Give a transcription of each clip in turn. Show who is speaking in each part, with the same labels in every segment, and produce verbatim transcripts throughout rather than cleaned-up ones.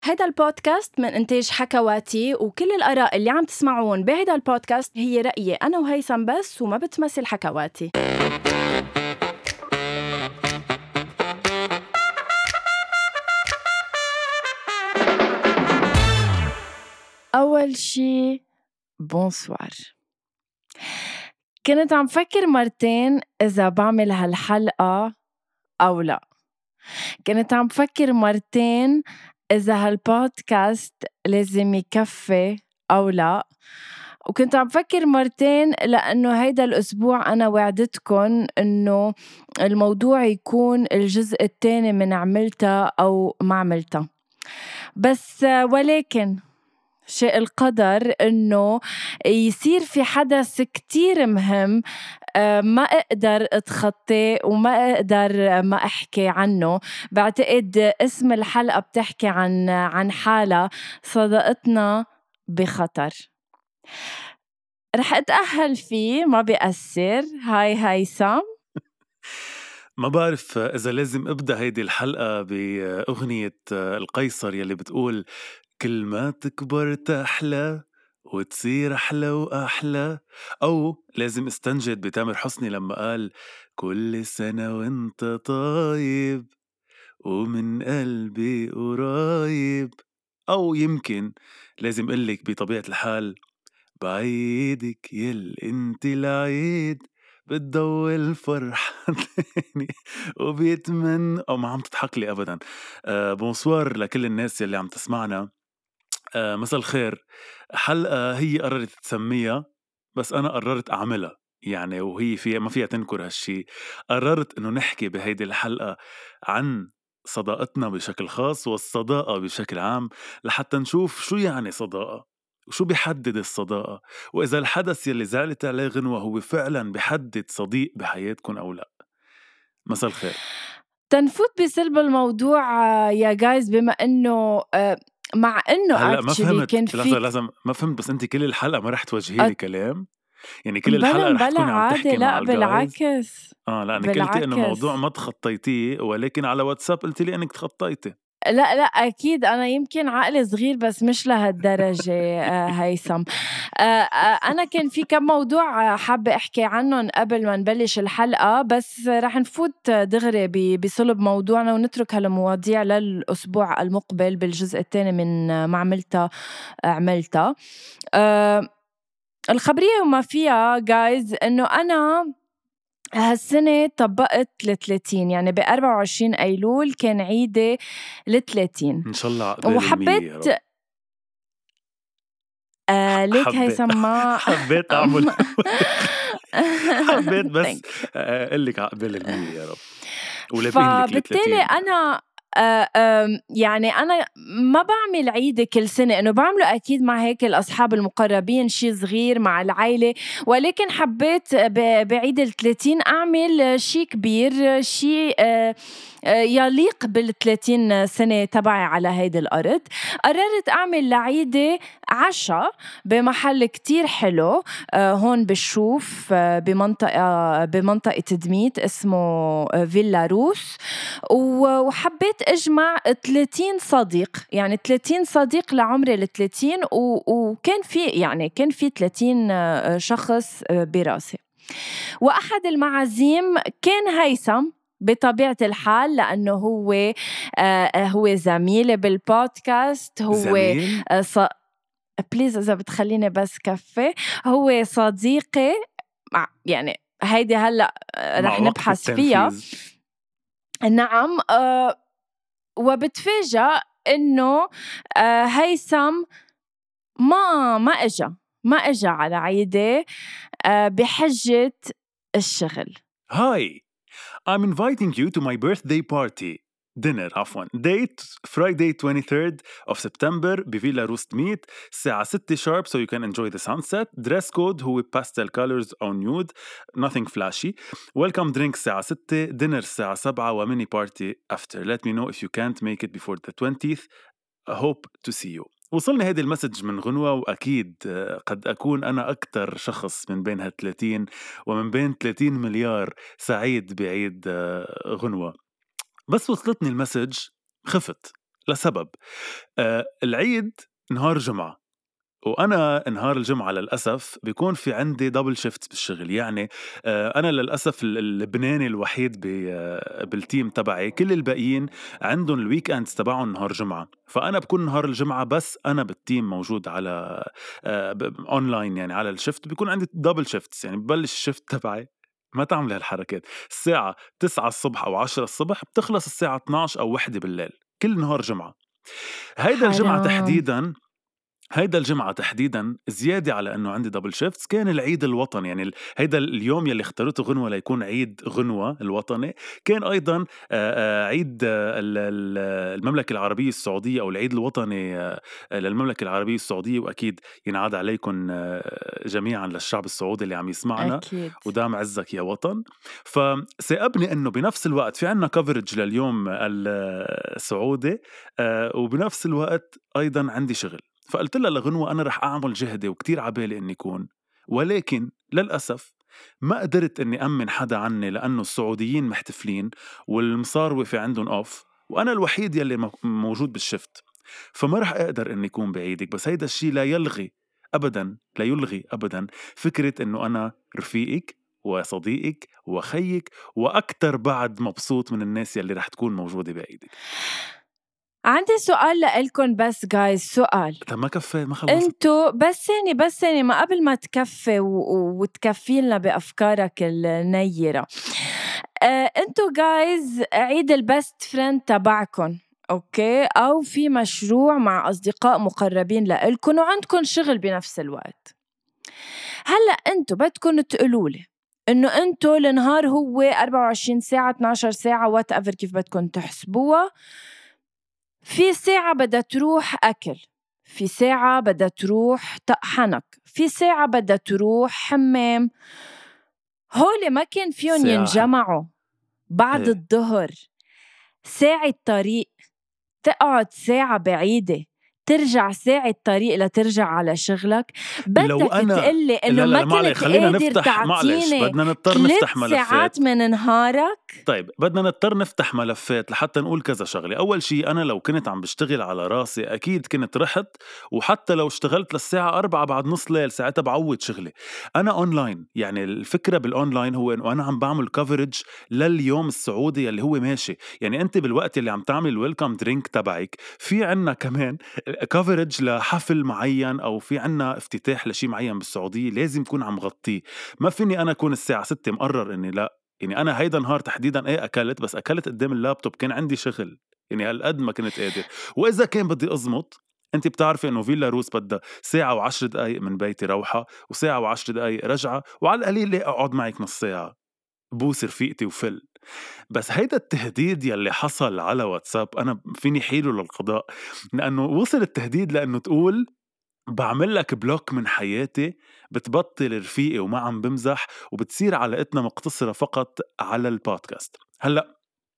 Speaker 1: هيدا البودكاست من إنتاج حكواتي، وكل الآراء اللي عم تسمعون بهيدا البودكاست هي رأيي أنا وهيثم بس، وما بتمثل حكواتي. أول شي بونسوار. كنت عم فكر مرتين إذا بعمل هالحلقة أو لا. كنت عم فكر مرتين إذا هالبودكاست لازم يكفي أو لا. وكنت عم فكر مرتين لأنه هيدا الأسبوع أنا وعدتكن إنه الموضوع يكون الجزء الثاني من عملتها أو ما عملتها. بس ولكن شيء القدر إنه يصير في حدث كتير مهم ما أقدر أتخطيه وما أقدر ما أحكي عنه. بعتقد اسم الحلقة بتحكي عن عن حالة صداقتنا بخطر. رح أتأهل فيه، ما بيأثر. هاي هيثم.
Speaker 2: ما بعرف إذا لازم أبدأ هيدي الحلقة بأغنية القيصر يلي بتقول كل ما تكبر تحلى وتصير أحلى وأحلى، أو لازم استنجد بتامر حسني لما قال كل سنة وانت طيب ومن قلبي قريب، أو يمكن لازم قلك بطبيعة الحال بعيدك يل انت العيد بتضوي الفرح وبيتمن. أو ما عم تضحك لي أبدا. آه بونسوار لكل الناس يلي عم تسمعنا. آه مساء الخير. حلقة هي قررت تسميها بس أنا قررت أعملها، يعني وهي فيها ما فيها تنكر هالشي. قررت إنه نحكي بهيدي الحلقة عن صداقتنا بشكل خاص والصداقة بشكل عام، لحتى نشوف شو يعني صداقة وشو بيحدد الصداقة، وإذا الحدث يلي زعلت عليه غنوة هو فعلا بيحدد صديق بحياتكم أو لا. مساء الخير.
Speaker 1: تنفوت بسلب الموضوع يا جايز، بما إنه مع إنه
Speaker 2: هلا ما فهمت،
Speaker 1: كان في
Speaker 2: لازم لازم ما فهمت. بس أنت كل الحلقة ما رح توجهي لي
Speaker 1: أت...
Speaker 2: كلام، يعني كل
Speaker 1: بلا
Speaker 2: الحلقة رح
Speaker 1: بلا
Speaker 2: تكوني عم
Speaker 1: عادي،
Speaker 2: تحكي
Speaker 1: لا
Speaker 2: مع الجايز.
Speaker 1: بالعكس
Speaker 2: اه لأنك قلتي إنه
Speaker 1: بالعكس
Speaker 2: موضوع ما تخطيتيه، ولكن على واتساب قلتي لي إنك تخطيتي.
Speaker 1: لا لا أكيد أنا يمكن عقلي صغير بس مش لهالدرجة. هيثم، أنا كان في كم موضوع حابة أحكي عنهم قبل ما نبلش الحلقة، بس رح نفوت دغري بصلب موضوعنا ونترك هالمواضيع للأسبوع المقبل بالجزء الثاني من ما عملتها عملتها. الخبرية وما فيها جايز إنه أنا هالسنة طبقت لثلاثين، يعني بأربعة وعشرين أيلول كان عيدي لثلاثين
Speaker 2: إن شاء الله عقبال
Speaker 1: وحبيت
Speaker 2: المية يا رب.
Speaker 1: آه ليك
Speaker 2: حبيت
Speaker 1: هيثم ما
Speaker 2: حبيت أعمل حبيت بس أقلك عقبال المية يا رب، ولابين لك
Speaker 1: فبالتالي أنا آه يعني أنا ما بعمل عيد كل سنة، إنه بعمله أكيد مع هيك الأصحاب المقربين، شي صغير مع العائلة، ولكن حبيت بعيد الثلاثين أعمل شي كبير، شي آه يليق بالثلاثين سنة تبعي على هيدا الأرض. قررت أعمل لعيدة عشاء بمحل كتير حلو آه هون بالشوف آه بمنطقة بمنطقة دميت اسمه آه فيلا روس. وحبيت أجمع ثلاثين صديق، يعني ثلاثين صديق لعمري الثلاثين، وكان في يعني كان في ثلاثين شخص براسي. وأحد المعازيم كان هيثم بطبيعة الحال، لأنه هو آه هو زميلي بالبودكاست، هو
Speaker 2: زميل؟
Speaker 1: آه ص... بليز إذا بتخليني بس كفي، هو صديقي. يعني هيدي هلأ رح نبحث فيها. نعم. آه وبتفاجأ إنه آه هيثم ما ما إجا ما إجا على عيدي آه بحجة الشغل.
Speaker 2: Hi, I'm inviting you to my birthday party. dinner عفواً. date Friday twenty-third of September بفيلا روست ميت الساعة ستة sharp, so you can enjoy the sunset. dress code هو pastel colors or nude, nothing flashy. welcome drink الساعة ستة, dinner الساعة سبعة, وميني party after. let me know if you can't make it before the twentieth. I hope to see you. وصلني هيدي المسج من غنوة، وأكيد قد أكون أنا أكتر شخص من بين هالثلاثين ومن بين ثلاثين مليار سعيد بعيد غنوة. بس وصلتني المسج خفت، لسبب آه العيد نهار جمعة، وأنا نهار الجمعة للأسف بيكون في عندي دبل شيفت بالشغل. يعني آه أنا للأسف اللبناني الوحيد بالتيم تبعي، كل الباقيين عندهم الويك اندز تبعهم نهار جمعة، فأنا بكون نهار الجمعة بس أنا بالتيم موجود على آه أونلاين، يعني على الشيفت بيكون عندي دبل شيفتس. يعني ببلش الشيفت تبعي، ما تعمل هالحركات، الساعة تسعة الصبح أو عشرة الصبح، بتخلص الساعة اثناشر أو واحدة بالليل كل نهار جمعة. هيدا الجمعة
Speaker 1: حرام.
Speaker 2: تحديداً هيدا الجمعة تحديداً زيادة على أنه عندي دبل شيفتس، كان العيد الوطني. يعني هيدا اليوم يلي اختارته غنوة ليكون عيد غنوة الوطني، كان أيضاً عيد المملكة العربية السعودية، أو العيد الوطني للمملكة العربية السعودية. وأكيد ينعاد عليكم جميعاً للشعب السعودي اللي عم يسمعنا،
Speaker 1: أكيد.
Speaker 2: ودام عزك يا وطن. فسأبني أنه بنفس الوقت في عنا كفرج لليوم السعودي، وبنفس الوقت أيضاً عندي شغل. فقلت لها لغنوة أنا رح أعمل جهدي وكتير عبالي أني يكون، ولكن للأسف ما قدرت أني أمن حدا عني، لأنه السعوديين محتفلين والمصاروة في عندهم أوف، وأنا الوحيد يلي موجود بالشفت، فما رح أقدر أني يكون بعيدك. بس هيدا الشي لا يلغي أبدا لا يلغي أبدا فكرة أنه أنا رفيقك وصديقك وخيك، وأكتر بعد مبسوط من الناس يلي رح تكون موجودة بعيدك.
Speaker 1: عندي سؤال لإلكن بس جايز، سؤال.
Speaker 2: طب ما كفي ما خلصت؟
Speaker 1: انتو بس ثاني بس ثاني ما قبل ما تكفي و... وتكفيلنا بأفكارك النيرة. آه، انتو جايز عيد البست فريند تبعكن، اوكي، او في مشروع مع اصدقاء مقربين لإلكن وعندكن شغل بنفس الوقت. هلأ انتو بدكن تقولولي انه انتو النهار هو أربعة وعشرين ساعة اثناشر ساعة وات ايفر كيف بدكن تحسبوها. في ساعة بدها تروح أكل، في ساعة بدها تروح طقحنك، في ساعة بدها تروح حمام. هولي ما كان فيهم ينجمعوا بعد
Speaker 2: ايه.
Speaker 1: الظهر ساعة طريق، تقعد ساعة بعيدة ترجع ساعة طريق لترجع على شغلك.
Speaker 2: لو
Speaker 1: بدك
Speaker 2: أنا
Speaker 1: تقلي إنه
Speaker 2: لا
Speaker 1: ما
Speaker 2: لا معلش،
Speaker 1: كنت
Speaker 2: خلينا
Speaker 1: قادر
Speaker 2: نفتح، معلش
Speaker 1: تعطيني
Speaker 2: بدنا نضطر
Speaker 1: ثلاث
Speaker 2: نفتح
Speaker 1: ساعات
Speaker 2: ملفات.
Speaker 1: من نهارك.
Speaker 2: طيب بدنا نضطر نفتح ملفات لحتى نقول كذا شغلة. أول شي أنا لو كنت عم بشتغل على راسي أكيد كنت رحت، وحتى لو اشتغلت للساعة أربعة بعد نص ليل ساعتها بعوض شغلي. أنا أونلاين، يعني الفكرة بالأونلاين هو إنه أنا عم بعمل كفرج لليوم السعودي اللي هو ماشي. يعني أنت بالوقت اللي عم تعمل الويلكم درينك تبعك، في عنا كمان كفرج لحفل معين، أو في عنا افتتاح لشي معين بالسعودية لازم كون عم غطيه. ما فيني أنا أكون الساعة ستة مقرر إني لا، يعني أنا هيدا نهار تحديداً إيه أكلت، بس أكلت قدام اللابتوب، كان عندي شغل، يعني هالقد ما كنت قادر. وإذا كان بدي أزمط، أنت بتعرفي إنه فيلا روس بدها ساعة وعشر دقايق من بيتي روحة، وساعة وعشر دقايق رجعة، وعلى القليل ليه أقعد معك نص ساعة بوس رفيقتي وفل. بس هيدا التهديد يلي حصل على واتساب أنا فيني حيله للقضاء، لأنه وصل التهديد لأنه تقول بعمل لك بلوك من حياتي، بتبطل رفيقي وما عم بمزح، وبتصير علاقتنا مقتصرة فقط على البودكاست. هلأ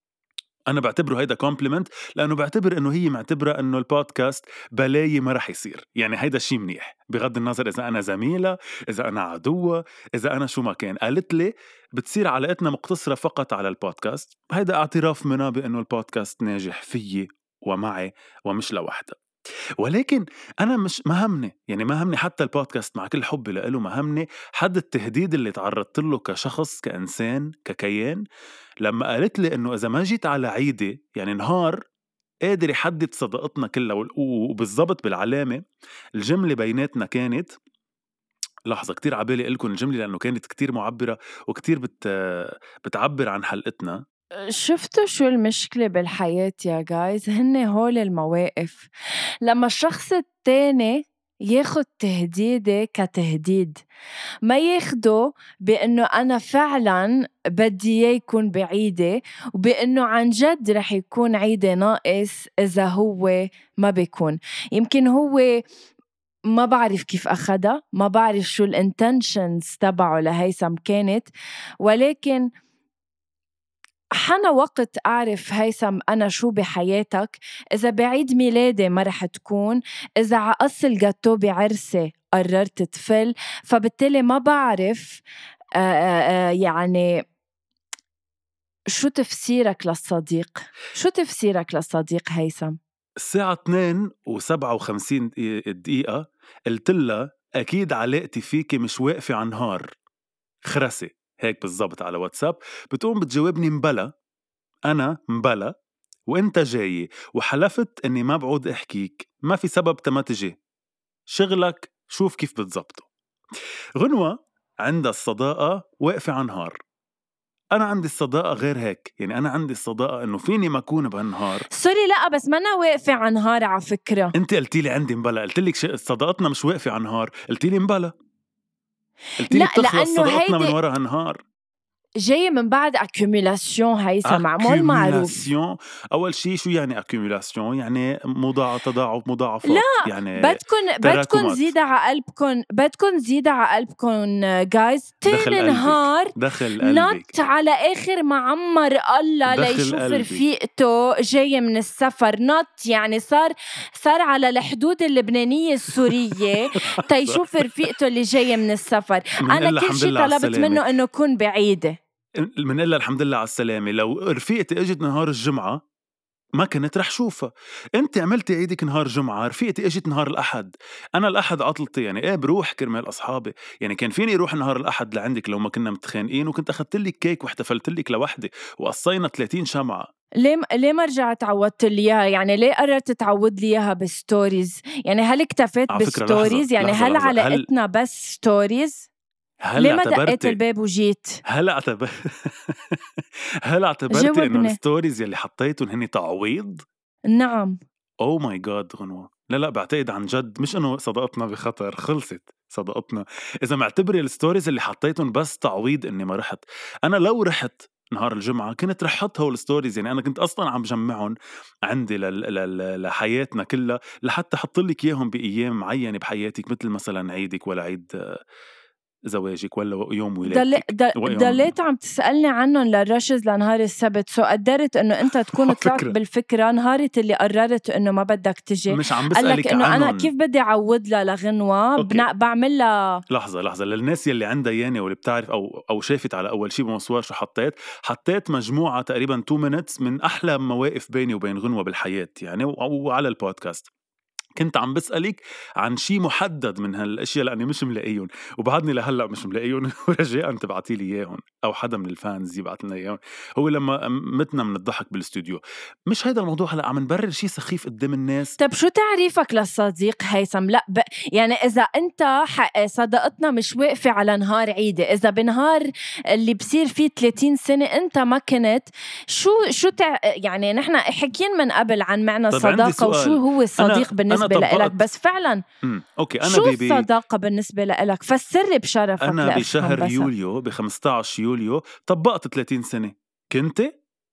Speaker 2: أنا بعتبره هيدا كومبليمنت، لأنه بعتبر إنه هي معتبرة إنه البودكاست بلاي ما رح يصير. يعني هيدا شي منيح بغض النظر إذا أنا زميلة، إذا أنا عدوة، إذا أنا شو ما كان. قالت لي بتصير علاقتنا مقتصرة فقط على البودكاست. هيدا اعتراف منها بإنه البودكاست ناجح فيي ومعي ومش لوحدها. ولكن أنا مش مهمني، يعني مهمني حتى البودكاست مع كل حبي لإله، مهمني حد التهديد اللي تعرضت له كشخص، كإنسان، ككيان، لما قالت لي إنه إذا ما جيت على عيدي، يعني نهار قادر يحدد صداقتنا كلها. وبالضبط بالعلامة الجملة بيناتنا كانت، لحظة كتير عبالي إلكم الجملة لأنه كانت كتير معبرة وكتير بت... بتعبر عن حلقتنا.
Speaker 1: شفتوا شو المشكلة بالحياة يا جايز؟ هن هول المواقف لما الشخص التاني ياخد تهديدي كتهديد، ما ياخده بأنه أنا فعلاً بدي يكون بعيدة، وبأنه عن جد رح يكون عيدة ناقص إذا هو ما بيكون. يمكن هو ما بعرف كيف أخدها، ما بعرف شو الانتنشنز تبعه لهيثم كانت، ولكن حنا وقت أعرف هيثم أنا شو بحياتك. إذا بعيد ميلادي ما رح تكون، إذا عقص الجاتو بعرسي قررت تفل، فبالتالي ما بعرف آآ آآ يعني شو تفسيرك للصديق؟ شو تفسيرك للصديق هيثم؟
Speaker 2: الساعة اثنين وسبعة وخمسين دقيقة قلت لها أكيد علاقتي فيكي مش واقفة عن نهار خرسي، هيك بالضبط على واتساب. بتقوم بتجاوبني مبلا، أنا مبلا وإنت جاي، وحلفت إني ما بعود أحكيك، ما في سبب تما تجي، شغلك شوف كيف بتزبطه. غنوة عندها الصداقة واقفة عن نهار، أنا عندي الصداقة غير هيك. يعني أنا عندي الصداقة إنه فيني ما أكون بهالنهار.
Speaker 1: سوري لا بس ما أنا واقفة عن نهار على فكرة.
Speaker 2: أنت قلتي لي عندي مبلا، قلت لك صداقتنا مش واقفة عن نهار، قلتي لي مبلا، قلتي لي بتخلص صداقتنا من وراء هالنهار.
Speaker 1: جاي من بعد accumulation هيثم، معمول معروف.
Speaker 2: أول شيء شو يعني accumulation؟ يعني مضاعف تضاعف مضاعفات.
Speaker 1: لا
Speaker 2: يعني
Speaker 1: بدكن بدكن زيادة على قلبكم، بدكن زيادة على قلبكم جايز. تاني نهار نط على آخر معمر الله ليشوف رفيقته جاي من السفر، نط يعني صار صار على الحدود اللبنانية السورية تيشوف رفيقته اللي جاي من السفر. أنا كل شيء طلبت منه إنه كون بعيدة.
Speaker 2: من إلا الحمد لله على السلامة. لو رفيقتي اجت نهار الجمعة ما كنت رح شوفها. انت عملتي عيدك نهار جمعة، رفيقتي اجت نهار الأحد، أنا الأحد عطلتي، يعني ايه بروح كرمال أصحابي. يعني كان فيني يروح نهار الأحد لعندك لو ما كنا متخانقين، وكنت أخذت لك كيك واحتفلت لك لوحدي وقصينا ثلاثين شمعة.
Speaker 1: ليه ليه ما رجعت عودت لي اياها؟ يعني ليه قررت تعود لي اياها بستوريز؟ يعني هل اكتفيت بستوريز؟ يعني
Speaker 2: لحظة
Speaker 1: هل
Speaker 2: لحظة.
Speaker 1: علاقتنا
Speaker 2: هل...
Speaker 1: بس ستوريز؟
Speaker 2: هل
Speaker 1: ليه ما دقيت الباب وجيت؟
Speaker 2: هل اعتبر هل اعتبرتي انه الستوريز يلي حطيتهم هني تعويض؟
Speaker 1: نعم.
Speaker 2: او ماي جاد غنوة، لا لا بعتقد عن جد مش انه صداقتنا بخطر، خلصت صداقتنا اذا معتبري الستوريز اللي حطيتهم بس تعويض اني ما رحت. انا لو رحت نهار الجمعة كنت رح حط هول الستوريز، يعني أنا كنت أصلاً عم جمعهم عندي ل... ل... لحياتنا كلها لحتى حط لك إياهم بأيام معينة بحياتك، مثل مثلاً عيدك ولا عيد زواجك ولا يوم ولادتك.
Speaker 1: دل... دليت عم تسألني عنهم للرشز لنهار السبت، سو قدرت انه انت تكون طلعت بالفكرة نهارت اللي قررت انه ما بدك تجي.
Speaker 2: مش عم بسألك
Speaker 1: انه
Speaker 2: عنهم.
Speaker 1: انا كيف بدي اعود لها لغنوة بنا... بعمل لها.
Speaker 2: لحظة لحظة للناس يلي عندها ياني واللي بتعرف او او شافت على اول شيء بمصور شو حطيت. حطيت مجموعة تقريبا تو مينتس من احلى مواقف بيني وبين غنوة بالحياة يعني، وعلى البودكاست. كنت عم بسألك عن شيء محدد من هالاشياء لاني مش ملاقيهم، وبعدني لهلا مش ملاقيهم ورجاء تبعتي لي اياهم او حدا من الفانز يبعث لنا اياهم. هو لما متنا من الضحك بالاستوديو. مش هيدا الموضوع، هلا عم نبرر شيء سخيف قدام الناس.
Speaker 1: طب شو تعريفك للصديق هيثم؟ لا ب... يعني اذا انت ح... صداقتنا مش واقفه على نهار عيده، اذا بنهار اللي بصير فيه ثلاثين سنه انت ما كنت، شو شو تع... يعني نحن حكينا من قبل عن معنى الصداقه وشو هو الصديق أنا بالنسبه لك، بس فعلا
Speaker 2: امم اوكي انا
Speaker 1: شو
Speaker 2: بي
Speaker 1: الصداقه بالنسبه لك؟ فسري بشرفك.
Speaker 2: انا بشهر يوليو ب خمسة عشر يوليو طبقت ثلاثين سنه. كنت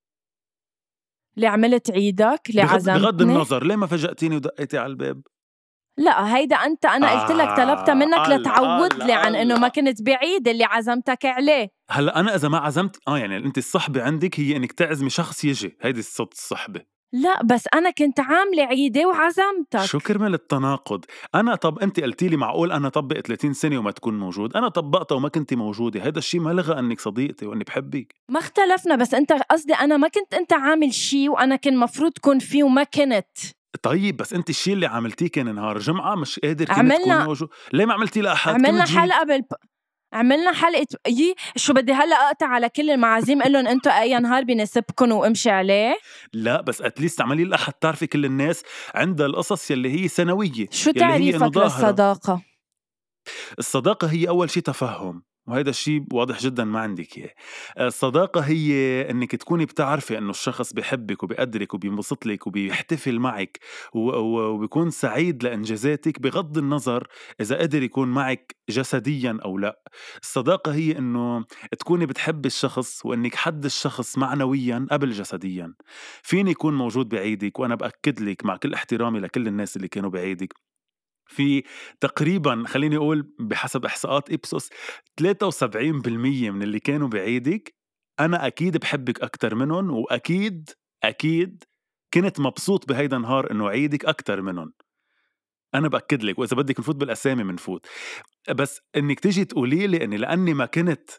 Speaker 1: اللي عملت عيدك اللي عزمتني.
Speaker 2: بغض النظر ليه ما فاجأتيني ودقيتي على الباب؟
Speaker 1: لا هيدا انت انا آه قلت لك طلبتها منك لتعود لي عن انه ما كنت بعيد اللي عزمتك عليه.
Speaker 2: هلا انا اذا ما عزمت اه يعني انت الصحبه عندك هي انك تعزمي شخص يجي، هيدي الصوت الصحبه.
Speaker 1: لا بس أنا كنت عاملة عيدة وعزمتك.
Speaker 2: شو كرمال التناقض؟ أنا طب أنت قلتي لي معقول أنا طبق ثلاثين سنة وما تكون موجود؟ أنا طبقتها وما كنتي موجودة، هذا الشيء ما لغى أنك صديقتي وأني بحبك.
Speaker 1: ما اختلفنا، بس أنت قصدي أنا ما كنت أنت عامل شيء وأنا كان مفروض تكون فيه وما كنت.
Speaker 2: طيب بس أنت الشيء اللي عملتيه كان نهار جمعة مش قادر كنت تكون موجود، ليه ما عملتي لأحد؟
Speaker 1: عملنا حلقة بالب... عملنا حلقة يي شو بدي هلأ أقطع على كل المعازيم قلن أنتو أي نهار بنسبكن وامشي عليه؟
Speaker 2: لا بس أتليست عملي لأحد تعرفي كل الناس عندها القصص يلي هي سنوية.
Speaker 1: شو تعريفك للصداقة؟
Speaker 2: الصداقة هي أول شيء تفهم، وهذا الشيء واضح جدا ما عندك إياه. الصداقة هي أنك تكوني بتعرفي أنه الشخص بيحبك وبيقدرك وبينبسط لك وبيحتفل معك وبيكون سعيد لإنجازاتك بغض النظر إذا قدر يكون معك جسديا أو لا. الصداقة هي أنه تكوني بتحب الشخص وأنك حد الشخص معنويا قبل جسديا. فيني يكون موجود بعيدك، وأنا بأكد لك مع كل احترامي لكل الناس اللي كانوا بعيدك، في تقريبا خليني أقول بحسب إحصاءات إبسوس ثلاثة وسبعين بالمية من اللي كانوا بعيدك أنا أكيد بحبك أكتر منهم، وأكيد أكيد كنت مبسوط بهيدا النهار إنه عيدك أكتر منهم. أنا بأكد لك، وإذا بدك نفوت بالأسامي منفوت، بس إنك تيجي تقولي لي إني لأني ما كنت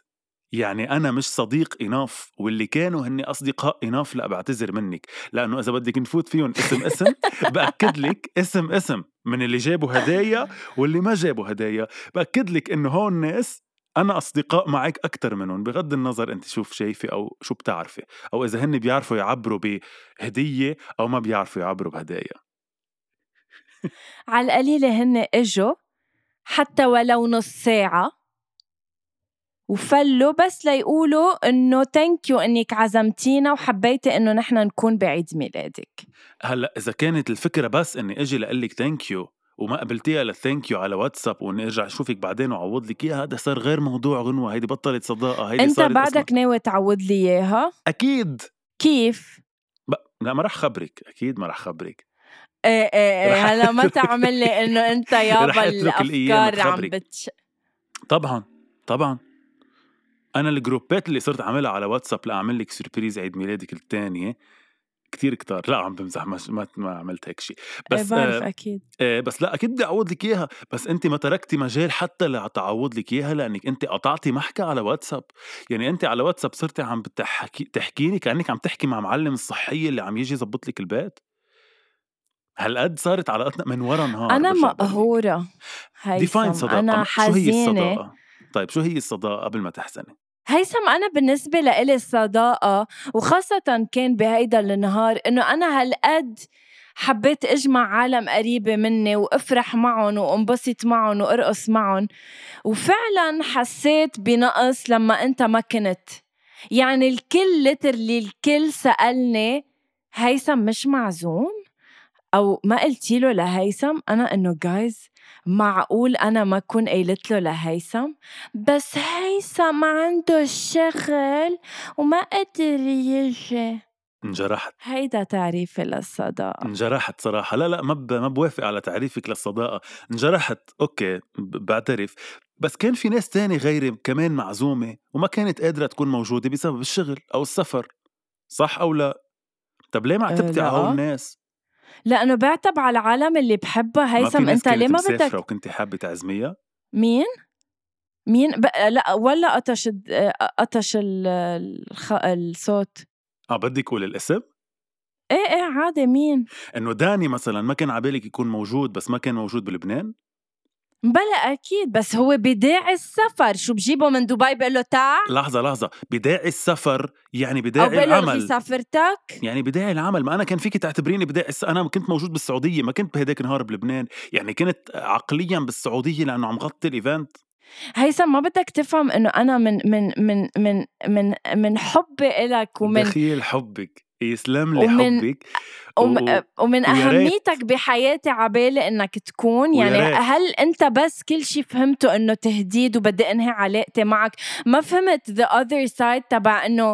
Speaker 2: يعني أنا مش صديق إناف، واللي كانوا هني أصدقاء إناف لا بعتذر منك، لأنه إذا بدك نفوت فيهم اسم اسم بأكد لك اسم اسم من اللي جابوا هدايا واللي ما جابوا هدايا، بأكد لك إنه هون ناس أنا أصدقاء معك أكتر منهم، بغض النظر أنت شوف شايفة أو شو بتعرفي، أو إذا هن بيعرفوا يعبروا بهدية أو ما بيعرفوا يعبروا بهدايا.
Speaker 1: على القليلة هن إجوا حتى ولو نص ساعة وفلوا بس ليقولوا إنه thank you إنك عزمتينا وحبيتي إنه نحن نكون بعيد ميلادك.
Speaker 2: هلأ إذا كانت الفكرة بس إني أجي لقلك thank you وما قبلتيها للثانك يو على واتساب ونرجع اشوفك بعدين وعوض لك اياها، هذا صار غير موضوع غنوة، هيدي بطلت صداقة، هيدي
Speaker 1: انت
Speaker 2: صارت
Speaker 1: بعدك
Speaker 2: أصلاً.
Speaker 1: ناوي تعوض لي اياها؟
Speaker 2: اكيد.
Speaker 1: كيف؟
Speaker 2: ب... لا ما رح خبرك، اكيد ما رح خبرك.
Speaker 1: ايه ايه ايه هلا ما تعمل لي انه انت يابا الافكار عم بتش.
Speaker 2: طبعا طبعا انا الجروبات اللي صرت اعملها على واتساب لاعمل لك سوربريز عيد ميلادك الثانيه كتير كتار، لا عم بمزح، ما ما عملت هيك شيء، بس
Speaker 1: إيه بعرف آه اكيد
Speaker 2: آه بس لا اكيد بدي اعوض لك اياها، بس انت ما تركتي مجال حتى لتعوض لك اياها لانك انت قطعتي محكة على واتساب. يعني انت على واتساب صرتي عم بتحكي تحكيني كانك عم تحكي مع معلم الصحيه اللي عم يجي يزبط لك البيت. هالقد صارت علاقتنا من ورا نهار.
Speaker 1: انا مقهوره هيثم، انا حزينه.
Speaker 2: شو هي الصداقه؟ طيب شو هي الصداقه قبل ما تحزني؟
Speaker 1: هيثم أنا بالنسبة لإلي الصداقة وخاصة كان بهيدا النهار إنه أنا هالقد حبيت أجمع عالم قريبة مني وأفرح معهم وأنبسط معهم وأرقص معهم، وفعلا حسيت بنقص لما أنت ما كنت. يعني الكل لترلي الكل سألني هيثم مش معزوم؟ أو ما قلتي له لهيثم؟ أنا إنه جايز معقول أنا ما كون قيلت له لهيثم، بس هيثم عنده الشغل وما قدر يجي.
Speaker 2: انجرحت.
Speaker 1: هيدا تعريفي للصداقة.
Speaker 2: انجرحت صراحة. لا لا ما ب... ما بوافق على تعريفك للصداقة. انجرحت اوكي ب... بعترف، بس كان في ناس تاني غيري كمان معزومة وما كانت قادرة تكون موجودة بسبب الشغل أو السفر، صح أو لا؟ طب ليه ما اعتبتي على هول الناس؟
Speaker 1: لأنه بعتب على العالم اللي بحبها. هيثم أنت ليه ما بدك؟
Speaker 2: وكنت حابة تعزميها؟
Speaker 1: مين؟ مين؟ ب... لا ولا قطش قطش الخ... الصوت.
Speaker 2: اه بدك أقول الاسم؟
Speaker 1: ايه ايه عادي. مين؟
Speaker 2: إنه داني مثلا ما كان عبالك يكون موجود بس ما كان موجود بلبنان؟
Speaker 1: بلا أكيد، بس هو بداعي السفر. شو بجيبه من دبي بقول له تعال؟
Speaker 2: لحظة لحظة، بداعي السفر يعني بداعي
Speaker 1: العمل،
Speaker 2: أو
Speaker 1: سافرتك
Speaker 2: يعني بداعي العمل. ما أنا كان فيك تعتبريني بداعي الس... أنا كنت موجود بالسعودية، ما كنت بهداك نهار بلبنان، يعني كنت عقليا بالسعودية لأنه عم غطي الإيفنت.
Speaker 1: هيثم ما بدك تفهم إنه أنا من من من من من من حبي إلك ومن
Speaker 2: دخيل حبك يسلم لي
Speaker 1: ومن
Speaker 2: حبك
Speaker 1: ومن,
Speaker 2: و...
Speaker 1: ومن أهميتك بحياتي عبالي إنك تكون. يعني هل أنت بس كل شي فهمته إنه تهديد وبدي أنهي علاقتي معك؟ ما فهمت the other side تبع إنه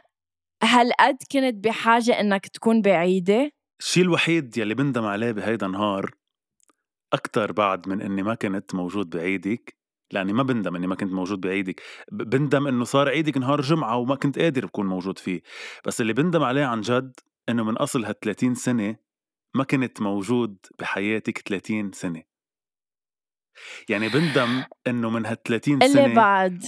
Speaker 1: هل قد كنت بحاجة إنك تكون بعيدة؟
Speaker 2: الشيء الوحيد يلي بندم عليه بهيدا نهار أكتر بعد من إني ما كنت موجود بعيدك، لأني ما بندم إني ما كنت موجود بعيدك، بندم إنه صار عيدك نهار جمعة وما كنت قادر بكون موجود فيه. بس اللي بندم عليه عن جد إنه من أصل هالثلاثين سنة ما كنت موجود بحياتك ثلاثين سنة. يعني بندم إنه من هالثلاثين سنة
Speaker 1: اللي بعد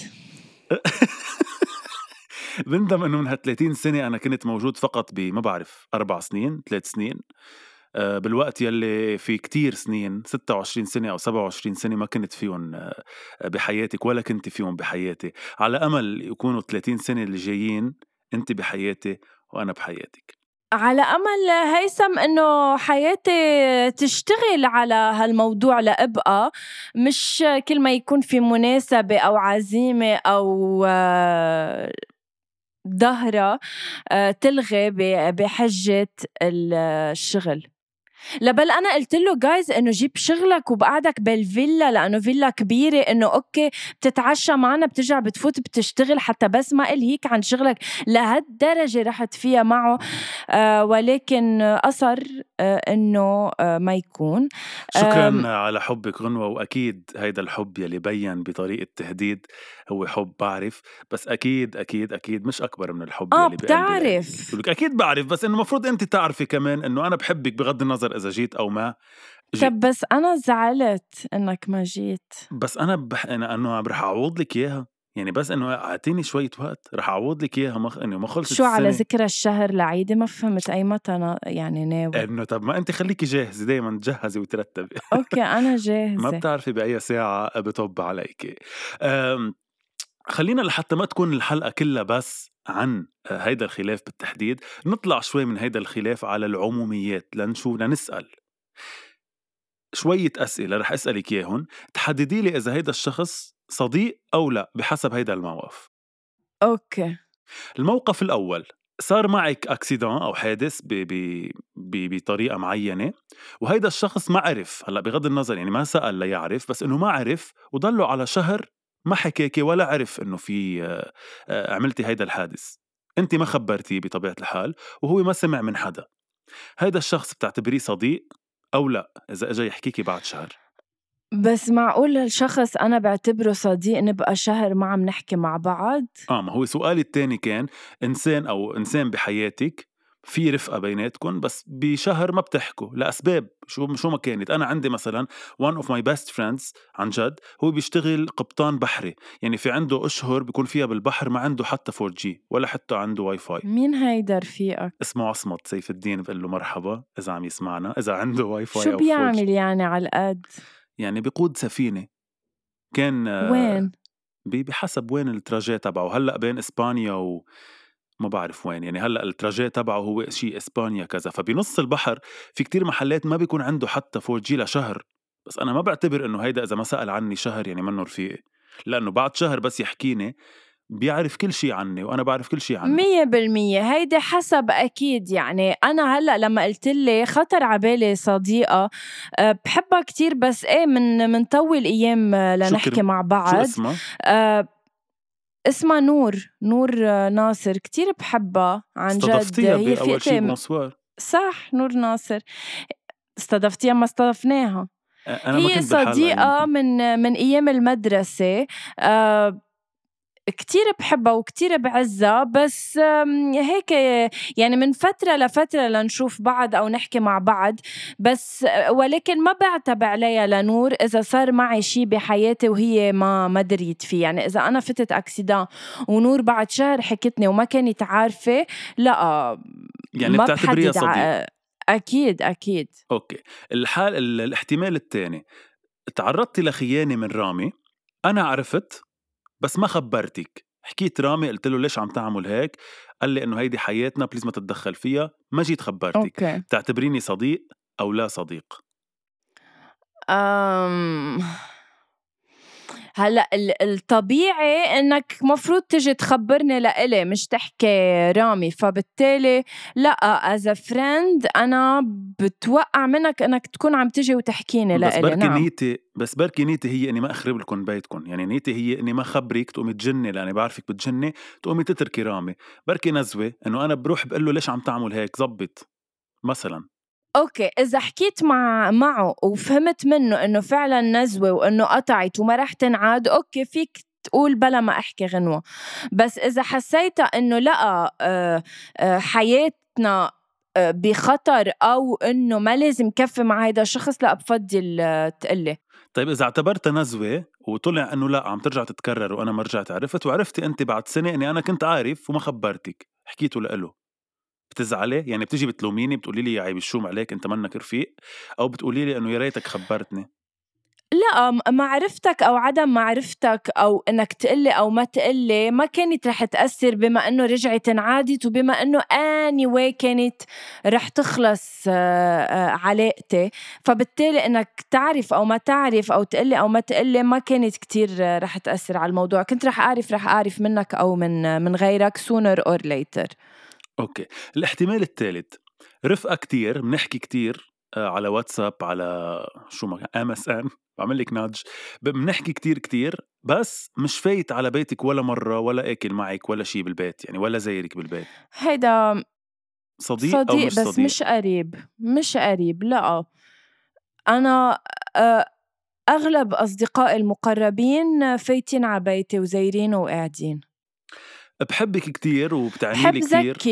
Speaker 2: بندم إنه من هالثلاثين سنة أنا كنت موجود فقط بما بعرف أربع سنين ثلاث سنين، بالوقت يلي في كتير سنين ستة وعشرين سنة أو سبعة وعشرين سنة ما كنت فيهم بحياتك ولا كنت فيهم بحياتي، على أمل يكونوا ثلاثين سنة اللي جايين أنت بحياتي وأنا بحياتك.
Speaker 1: على أمل هيثم إنه حياتي تشتغل على هالموضوع لأبقى، مش كل ما يكون في مناسبة أو عزيمة أو ظهرة تلغي بحجة الشغل. لبل أنا قلت له جايز إنه جيب شغلك وبقعدك بالفيلا لأنه فيلا كبيرة، إنه أوكي بتتعشى معنا بترجع بتفوت بتشتغل حتى بس ما إلهيك عن شغلك. لهالدرجة رحت فيها معه آه ولكن أصر آه إنه آه ما يكون.
Speaker 2: شكرا على حبك غنوة، وأكيد هيدا الحب يلي بيّن بطريقة تهديد هو حب بعرف، بس أكيد أكيد أكيد مش أكبر من الحب
Speaker 1: آه
Speaker 2: يلي
Speaker 1: بتعرف.
Speaker 2: بقلبي. أكيد بعرف، بس إنه مفروض أنت تعرفي كمان إنه أنا بحبك بغض النظر إذا جيت أو ما جيت.
Speaker 1: طب بس أنا زعلت إنك ما جيت.
Speaker 2: بس أنا بح... أنا إنه رح أعوض لك إياها. يعني بس إنه أعطيني شوية وقت رح أعوض لك إياها مخ... إنه ما خلصت
Speaker 1: شو على
Speaker 2: السنة.
Speaker 1: ذكر الشهر العيدة ما فهمت أي متى أنا يعني ناوي.
Speaker 2: إنه طب ما أنت خليكي جاهزة دايما تجهزي وترتبي.
Speaker 1: أوكي أنا
Speaker 2: ما
Speaker 1: جاهزة.
Speaker 2: بتعرفي بأي ساعة بطب عليك. أم... خلينا لحتى ما تكون الحلقة كلها بس عن هيدا الخلاف بالتحديد، نطلع شوي من هيدا الخلاف على العموميات لنشوف لنسأل شوية أسئلة رح أسألك إياهن تحددي لي إذا هيدا الشخص صديق أو لا بحسب هيدا الموقف.
Speaker 1: أوكي.
Speaker 2: الموقف الأول، صار معك أكسيدان أو حادث ب ب ب بطريقة معينة وهيدا الشخص ما عرف، هلأ بغض النظر يعني ما سأل ليعرف، بس إنه ما عرف وضلوا على شهر ما حكاكي ولا عرف إنه في آه، آه، عملتي هيدا الحادث، أنت ما خبرتيه بطبيعة الحال وهو ما سمع من حدا، هيدا الشخص بتعتبريه صديق أو لا إذا أجا يحكيكي بعد شهر؟
Speaker 1: بس معقول الشخص أنا بعتبره صديق نبقى شهر ما عم نحكي مع بعض؟
Speaker 2: آه ما هو سؤالي التاني كان إنسان أو إنسان بحياتك في رفقة بيناتكم بس بشهر ما بتحكوا لأسباب شو شو ما كانت. أنا عندي مثلا one of my best friends عن جد هو بيشتغل قبطان بحري، يعني في عنده أشهر بيكون فيها بالبحر ما عنده حتى فور جي ولا حتى عنده واي فاي.
Speaker 1: مين هيدا رفيقك؟
Speaker 2: اسمه عصمت سيف الدين، بقول له مرحبا إذا عم يسمعنا، إذا عنده واي فاي
Speaker 1: شو
Speaker 2: أو فور جي.
Speaker 1: بيعمل يعني على القد؟
Speaker 2: يعني بيقود سفينة كان
Speaker 1: وين؟
Speaker 2: بحسب وين التراجيه تبعه، هلأ بين إسبانيا و ما بعرف وين، يعني هلأ التراجيه تبعه هو شيء إسبانيا كذا، فبنص البحر في كتير محلات ما بيكون عنده حتى فور جي لشهر. بس أنا ما بعتبر إنه هيدا إذا ما سأل عني شهر يعني منه رفيقي، لأنه بعد شهر بس يحكيني بيعرف كل شيء عني وأنا بعرف كل شيء عنه.
Speaker 1: مية بالمية هيدا حسب أكيد. يعني أنا هلأ لما قلت لي خطر عبالي صديقة أه بحبها كتير بس إيه من من طول أيام لنحكي مع بعض.
Speaker 2: شو اسمها؟
Speaker 1: أه اسمها نور نور ناصر، كتير بحبها عن جد.
Speaker 2: هي أول شيء بونسوار.
Speaker 1: صح نور ناصر استضفتيها ما استضفناها.
Speaker 2: أنا
Speaker 1: هي صديقة من من أيام المدرسة. أه كتير بحبها وكتير بعزها، بس هيك يعني من فترة لفترة لنشوف بعض أو نحكي مع بعض بس، ولكن ما بعتب عليها لنور إذا صار معي شي بحياتي وهي ما ما دريت فيه. يعني إذا أنا فتت أكسيدان ونور بعد شهر حكتني وما كانت عارفة، لا
Speaker 2: يعني
Speaker 1: ما
Speaker 2: بتعتبريها
Speaker 1: بحدد.
Speaker 2: صديق.
Speaker 1: أكيد أكيد.
Speaker 2: أوكي. الحال الاحتمال الثاني، تعرضتي لخيانة من رامي، أنا عرفت بس ما خبرتك، حكيت رامي قلت له ليش عم تعمل هيك، قال لي إنه هيدي حياتنا بليز ما تتدخل فيها، ما جيت خبرتك.
Speaker 1: أوكي.
Speaker 2: تعتبريني صديق أو لا صديق؟
Speaker 1: أم... هلأ الطبيعي إنك مفروض تجي تخبرني لإلي مش تحكي رامي، فبالتالي لأ as a friend أنا بتوقع منك إنك تكون عم تجي وتحكيني لإلي.
Speaker 2: بس بركي
Speaker 1: نعم.
Speaker 2: نيتي بس بركي نيتي هي إني ما أخرب لكم بيتكم، يعني نيتي هي إني ما خبرك تقومي تجني لأني بعرفك بتجني تقومي تتركي رامي. بركي نزوة إنه أنا بروح بقول له ليش عم تعمل هيك زبط مثلا.
Speaker 1: أوكي إذا حكيت مع معه وفهمت منه إنه فعلا نزوة وإنه قطعت وما رح تنعاد، أوكي فيك تقول بلا ما أحكي غنوة. بس إذا حسيت إنه لأ آه آه حياتنا آه بخطر أو إنه ما لازم كفي مع هيدا الشخص، لأ بفضل آه تقلي.
Speaker 2: طيب إذا اعتبرتها نزوة وطلع إنه لأ عم ترجع تتكرر وأنا ما رجعت عرفت، وعرفتي أنت بعد سنة إني أنا كنت عارف وما خبرتك حكيته لإله، بتزعلي؟ يعني بتجي بتلوميني بتقولي لي يا عيب الشوم عليك أنت منك رفيق، أو بتقولي لي إنه يا ريتك خبرتني؟
Speaker 1: لا معرفتك أو عدم معرفتك أو إنك تقلي أو ما تقلي ما كانت رح تأثر، بما إنه رجعت انعادت وبما إنه anyway كانت رح تخلص علاقتي، فبالتالي إنك تعرف أو ما تعرف أو تقلي أو ما تقلي ما كانت كتير رح تأثر على الموضوع. كنت رح أعرف رح أعرف منك أو من من غيرك sooner or later.
Speaker 2: أوكي. الاحتمال الثالث، رفقة كتير بنحكي كتير على واتساب على شو ما ام اس ان، بعمل لك نادج، بنحكي كتير كتير بس مش فايت على بيتك ولا مرة ولا اكل معك ولا شي بالبيت يعني ولا زيرك بالبيت،
Speaker 1: هيدا
Speaker 2: صديق,
Speaker 1: صديق
Speaker 2: أو مش
Speaker 1: بس
Speaker 2: صديق؟
Speaker 1: مش قريب مش قريب لا. أنا أغلب أصدقائي المقربين فايتين عبيتي وزايرين وقاعدين.
Speaker 2: بحبك كتير وبتعني
Speaker 1: بحب
Speaker 2: لي كتير.
Speaker 1: ذكر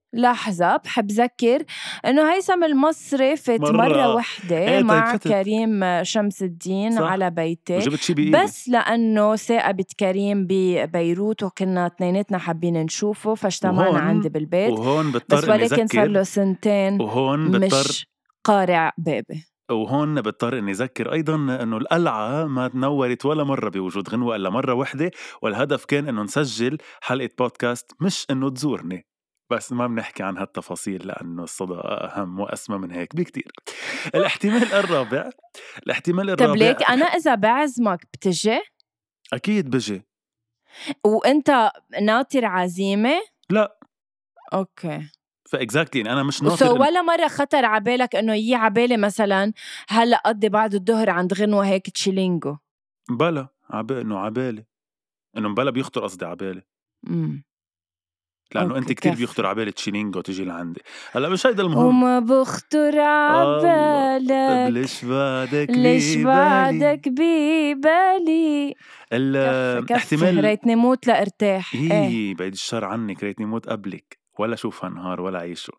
Speaker 1: لحظة بحب ذكر إنه هيثم المصري فات مرة, مرة وحدة
Speaker 2: ايه
Speaker 1: مع
Speaker 2: طيب
Speaker 1: كريم شمس الدين
Speaker 2: صح.
Speaker 1: على بيتي
Speaker 2: وجبت شي بإيدي
Speaker 1: بس لأنه ثاقبت كريم ببيروت وكنا اثنيناتنا حابين نشوفه فاجتمعنا عندي بالبيت
Speaker 2: وهون
Speaker 1: بس
Speaker 2: بضطر
Speaker 1: ولكن صار
Speaker 2: إني
Speaker 1: له سنتين
Speaker 2: وهون بضطر
Speaker 1: مش قارع بابي
Speaker 2: وهون بضطر اني اذكر ايضا انه القلعه ما تنورت ولا مره بوجود غنوه الا مره واحده، والهدف كان انه نسجل حلقه بودكاست مش انه تزورني، بس ما بنحكي عن هالتفاصيل لانه الصداقه اهم واسمى من هيك بكتير. الاحتمال الرابع الاحتمال الرابع
Speaker 1: طب ليك انا اذا بعزمك بتجي؟
Speaker 2: اكيد بجي.
Speaker 1: وانت ناطر عزيمه؟
Speaker 2: لا
Speaker 1: اوكي
Speaker 2: فاكزاكتلي يعني انا مش
Speaker 1: ناطر
Speaker 2: إن...
Speaker 1: ولا مره خطر عبالك انه يي عبالي مثلا هلا قضي بعد الظهر عند غنوه هيك تشيلينجو؟
Speaker 2: بلا عبالي انه عبالي انه بلا بيخطر قصدي عبالي
Speaker 1: امم
Speaker 2: لانه انت كتير بيخطر عبالي تشيلينجو تيجي لعندي. هلا مش هيدا المهم
Speaker 1: وما بخطر عبالك
Speaker 2: طب ليش بعدك
Speaker 1: ليش
Speaker 2: ببالي
Speaker 1: بعدك ببالي
Speaker 2: الاحتمال
Speaker 1: ريتني موت لارتاح.
Speaker 2: هي
Speaker 1: ايه
Speaker 2: بعيد الشر عنك ريتني موت قبلك ولا شوف هالنهار ولا عيشه.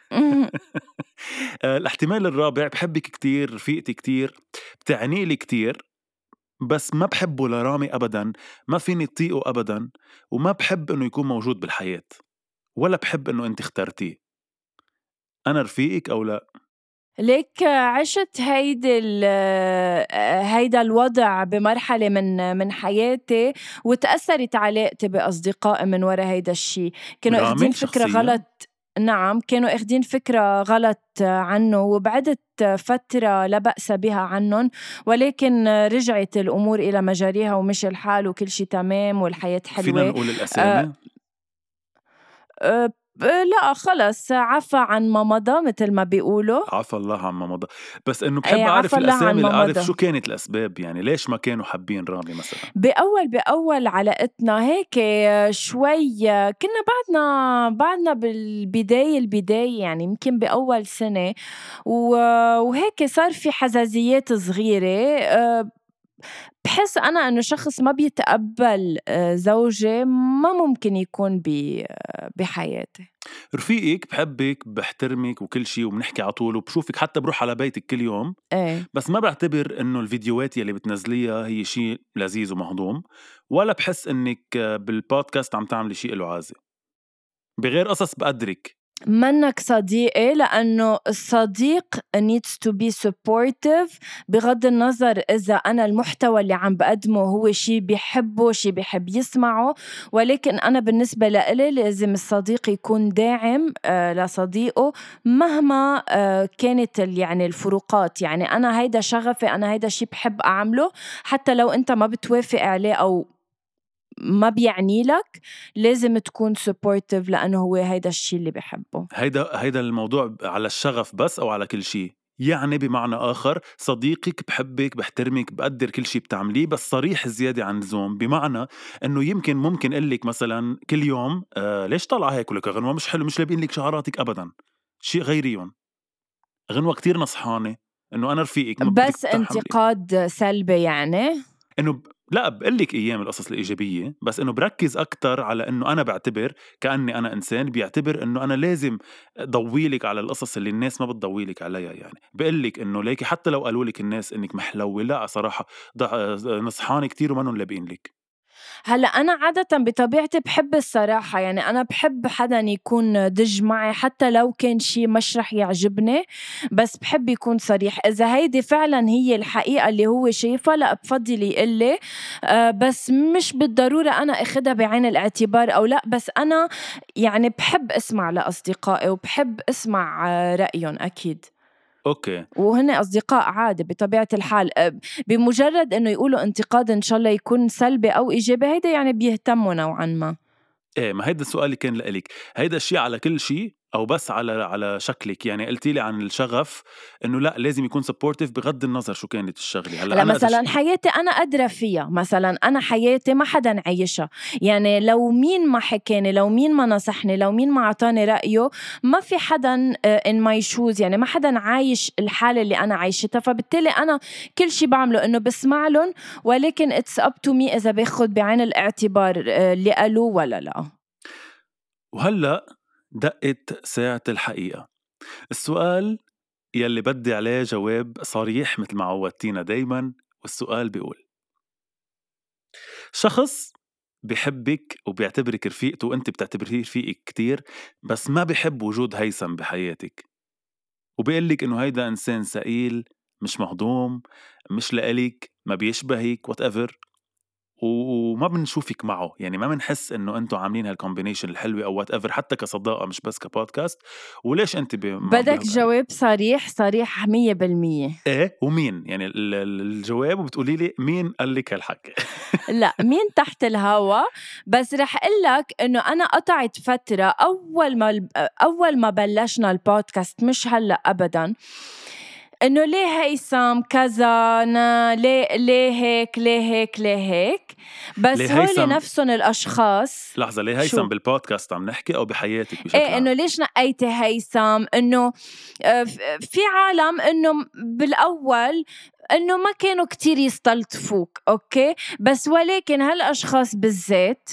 Speaker 2: الاحتمال الرابع بحبك كتير رفيقتي كتير بتعني لي كتير بس ما بحبه لرامي أبداً، ما فيني اطيقه أبداً، وما بحب إنه يكون موجود بالحياة ولا بحب إنه أنت اخترتيه. أنا رفيقك أو لا؟
Speaker 1: ليك عشت هيدا هيدا الوضع بمرحلة من من حياتي وتأثرت علاقتي بأصدقائي من وراء هيدا الشي. كانوا أخدين فكرة شخصياً؟ غلط. نعم كانوا أخدين فكرة غلط عنه وبعدت فترة لا بأس بها عنهم، ولكن رجعت الأمور إلى مجاريها ومشي الحال وكل شي تمام والحياة حلوة.
Speaker 2: فينا نقول الأسامي؟
Speaker 1: أه أه لا خلص عفى عن ما مضى مثل ما بيقولوا.
Speaker 2: عفى الله عن ما مضى، بس انه بحب
Speaker 1: أي
Speaker 2: اعرف الاسامي لاعرف
Speaker 1: مضى.
Speaker 2: شو كانت الاسباب، يعني ليش ما كانوا حابين رامي مثلا.
Speaker 1: باول باول علاقتنا هيك شوي كنا بعدنا بعدنا بالبدايه البدايه يعني يمكن باول سنه وهيك صار في حزازيات صغيره. بحس أنا أنه شخص ما بيتقبل زوجة ما ممكن يكون بحياتي.
Speaker 2: رفيقك بحبك بحترمك وكل شيء وبنحكي على طول وبشوفك حتى بروح على بيتك كل يوم.
Speaker 1: ايه.
Speaker 2: بس ما بعتبر انه الفيديوهات يلي بتنزليها هي شيء لذيذ ومهضوم، ولا بحس انك بالبودكاست عم تعملي شيء له عازة بغير قصص بقدرك.
Speaker 1: منك صديقي لأنه الصديق needs to be supportive بغض النظر إذا أنا المحتوى اللي عم بقدمه هو شي بيحبه شي بيحب يسمعه، ولكن أنا بالنسبة لإلي لازم الصديق يكون داعم آه لصديقه مهما آه كانت يعني الفروقات. يعني أنا هيدا شغفي، أنا هيدا شي بحب أعمله حتى لو أنت ما بتوافق عليه أو ما بيعني لك لازم تكون supportive لأنه هو هيدا الشيء اللي بحبه.
Speaker 2: هيدا هيدا الموضوع على الشغف بس أو على كل شيء؟ يعني بمعنى آخر صديقك بحبك بحترمك بقدر كل شيء بتعمليه بس صريح زيادة عن اللزوم، بمعنى أنه يمكن ممكن قلك مثلا كل يوم آه ليش طالعة هيك ولك غنوة مش حلو مش لابين لك شعراتك أبدا، شيء غيريون غنوة كتير نصحانة أنه أنا رفيقك
Speaker 1: بس انتقاد سلبي يعني
Speaker 2: انه ب... لا بقلك ايام القصص الايجابيه، بس انه بركز اكتر على انه انا بعتبر كاني انا انسان بيعتبر انه انا لازم ضويلك على القصص اللي الناس ما بتضويلك عليها. يعني بقلك انه ليكي حتى لو قالوا لك الناس انك محلوه لا صراحه نصحاني كتير ومنهم لابقين لك.
Speaker 1: هلأ أنا عادة بطبيعتي بحب الصراحة، يعني أنا بحب حدا يكون دج معي حتى لو كان شي مش رح يعجبني، بس بحب يكون صريح. إذا هيدي فعلا هي الحقيقة اللي هو شايفها لا بفضل يقلي، أه بس مش بالضرورة أنا أخدها بعين الاعتبار أو لا. بس أنا يعني بحب أسمع لأصدقائي وبحب أسمع رأيهم أكيد.
Speaker 2: اوكي
Speaker 1: وهن اصدقاء عادي بطبيعه الحال، بمجرد انه يقولوا انتقاد ان شاء الله يكون سلبي او ايجابي هيدا يعني بيهتموا نوعا ما.
Speaker 2: ايه ما هيدا السؤال اللي كان لإلك، هيدا الشيء على كل شيء او بس على على شكلك؟ يعني قلتي لي عن الشغف انه لا لازم يكون سبورتيف بغض النظر شو كانت الشغله.
Speaker 1: هلا أنا مثلا أدرش... حياتي انا ادرى فيها، مثلا انا حياتي ما حدا عايشها، يعني لو مين ما حكاني لو مين ما نصحني لو مين ما اعطاني رايه ما في حدا in my shoes، يعني ما حدا عايش الحاله اللي انا عايشتها، فبالتالي انا كل شيء بعمله انه بسمع لهم، ولكن it's up to me اذا باخد بعين الاعتبار اللي قالوه ولا لا.
Speaker 2: وهلا دقت ساعة الحقيقة. السؤال يلي بدي عليه جواب صريح مثل ما عودتينا دايما، والسؤال بيقول: شخص بيحبك وبيعتبرك رفيقته وانت بتعتبريه رفيقك كتير، بس ما بيحب وجود هيثم بحياتك، وبيقلك انه هيدا انسان سئيل، مش مهضوم، مش لإلك، ما بيشبهك whatever، وما بنشوفك معه، يعني ما بنحس انه انتوا عاملين هالكومبينيشن الحلوة او whatever، حتى كصداقة مش بس كبودكاست. وليش انت ب...
Speaker 1: بدك جواب صريح صريح مية بالمية؟
Speaker 2: ايه، ومين يعني الجواب، وبتقولي لي مين قال لك هالحكي؟
Speaker 1: لا، مين تحت الهوا، بس رح قلك انه انا قطعت فترة اول ما اول ما بلشنا البودكاست، مش هلا ابدا، انه ليه هيثم كذا، ليه ليه هيك ليه هيك ليه هيك بس هول نفسهم الاشخاص.
Speaker 2: لحظة، ليه هيثم بالبودكاست عم نحكي او بحياتك بشكل
Speaker 1: ايه
Speaker 2: عام؟
Speaker 1: انه ليش نقيتي هيثم؟ انه في عالم انه بالاول انه ما كانوا كتير يستلطفوك، اوكي، بس ولكن هالاشخاص بالذات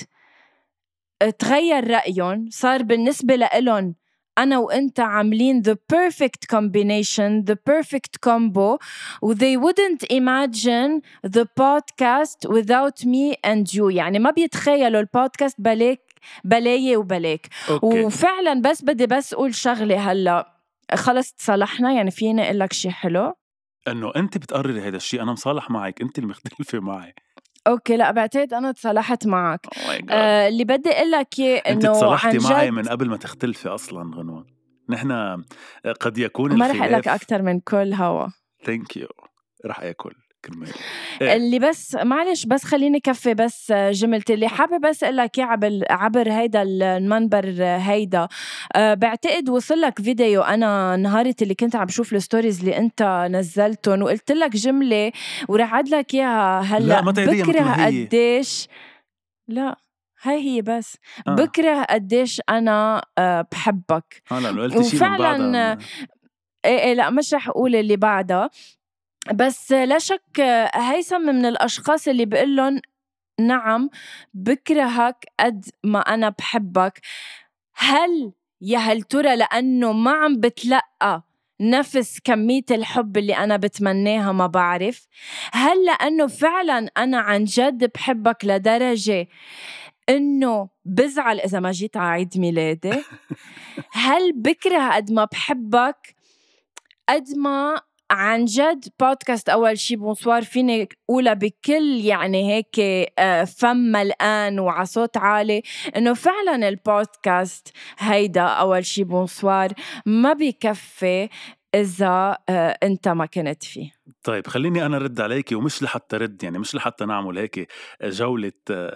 Speaker 1: تغير رأيهم، صار بالنسبة لإلهم أنا وإنت عاملين the perfect combination, the perfect combo, و they wouldn't imagine the podcast without me and you. يعني ما بيتخيلوا البودكاست بلاك بلاي وبلاك.
Speaker 2: أوكي.
Speaker 1: وفعلا بس بدي بس أقول شغلة هلأ، خلص تصالحنا، يعني فيني أقول لك شي حلو؟
Speaker 2: إنه أنت بتقرري هيدا الشيء، أنا مصالح معك، أنت المختلفة معي.
Speaker 1: اوكي، لا بعتقد انا تصالحت معك.
Speaker 2: oh
Speaker 1: آه اللي بدي اقول لك اياه انه
Speaker 2: انت تصالحتي
Speaker 1: عن
Speaker 2: معي
Speaker 1: جد
Speaker 2: من قبل ما تختلفي اصلا غنوة. نحن قد يكون
Speaker 1: ما
Speaker 2: الخلاف.
Speaker 1: رح اقول لك اكثر من كل هوا.
Speaker 2: ثانك يو، رح اكل كرمال
Speaker 1: إيه؟ اللي بس معلش بس خليني كفي بس جملتي اللي حابه بس اقول لك عبر عبر هيدا المنبر هيدا. أه بعتقد وصل لك فيديو انا نهارة اللي كنت عم بشوف الستوريز اللي انت نزلتهم، وقلت لك جمله ورح عد لك اياها هلا. بكره قديش، لا هاي هي بس آه. بكره قديش أنا أه بحبك.
Speaker 2: آه لا، لو قلتي شي من بعدها
Speaker 1: إيه إيه لا مش رح أقول اللي بعدها، بس لا شك هيثم من الأشخاص اللي بقولن نعم بكرهك قد ما أنا بحبك. هل يا هل ترى لأنه ما عم بتلقى نفس كمية الحب اللي أنا بتمناها؟ ما بعرف. هل لأنه فعلا أنا عن جد بحبك لدرجة إنه بزعل إذا ما جيت على عيد ميلادي؟ هل بكره قد ما بحبك قد ما عن جد بودكاست أول شي بونسوار فيني أولى بكل يعني هيك فم ملقان وعصوت عالي إنه فعلا البودكاست هيدا أول شي بونسوار ما بيكفي إذا أنت ما كنت فيه.
Speaker 2: طيب خليني أنا رد عليكي، ومش لحتى رد، يعني مش لحتى نعمل هيك جولة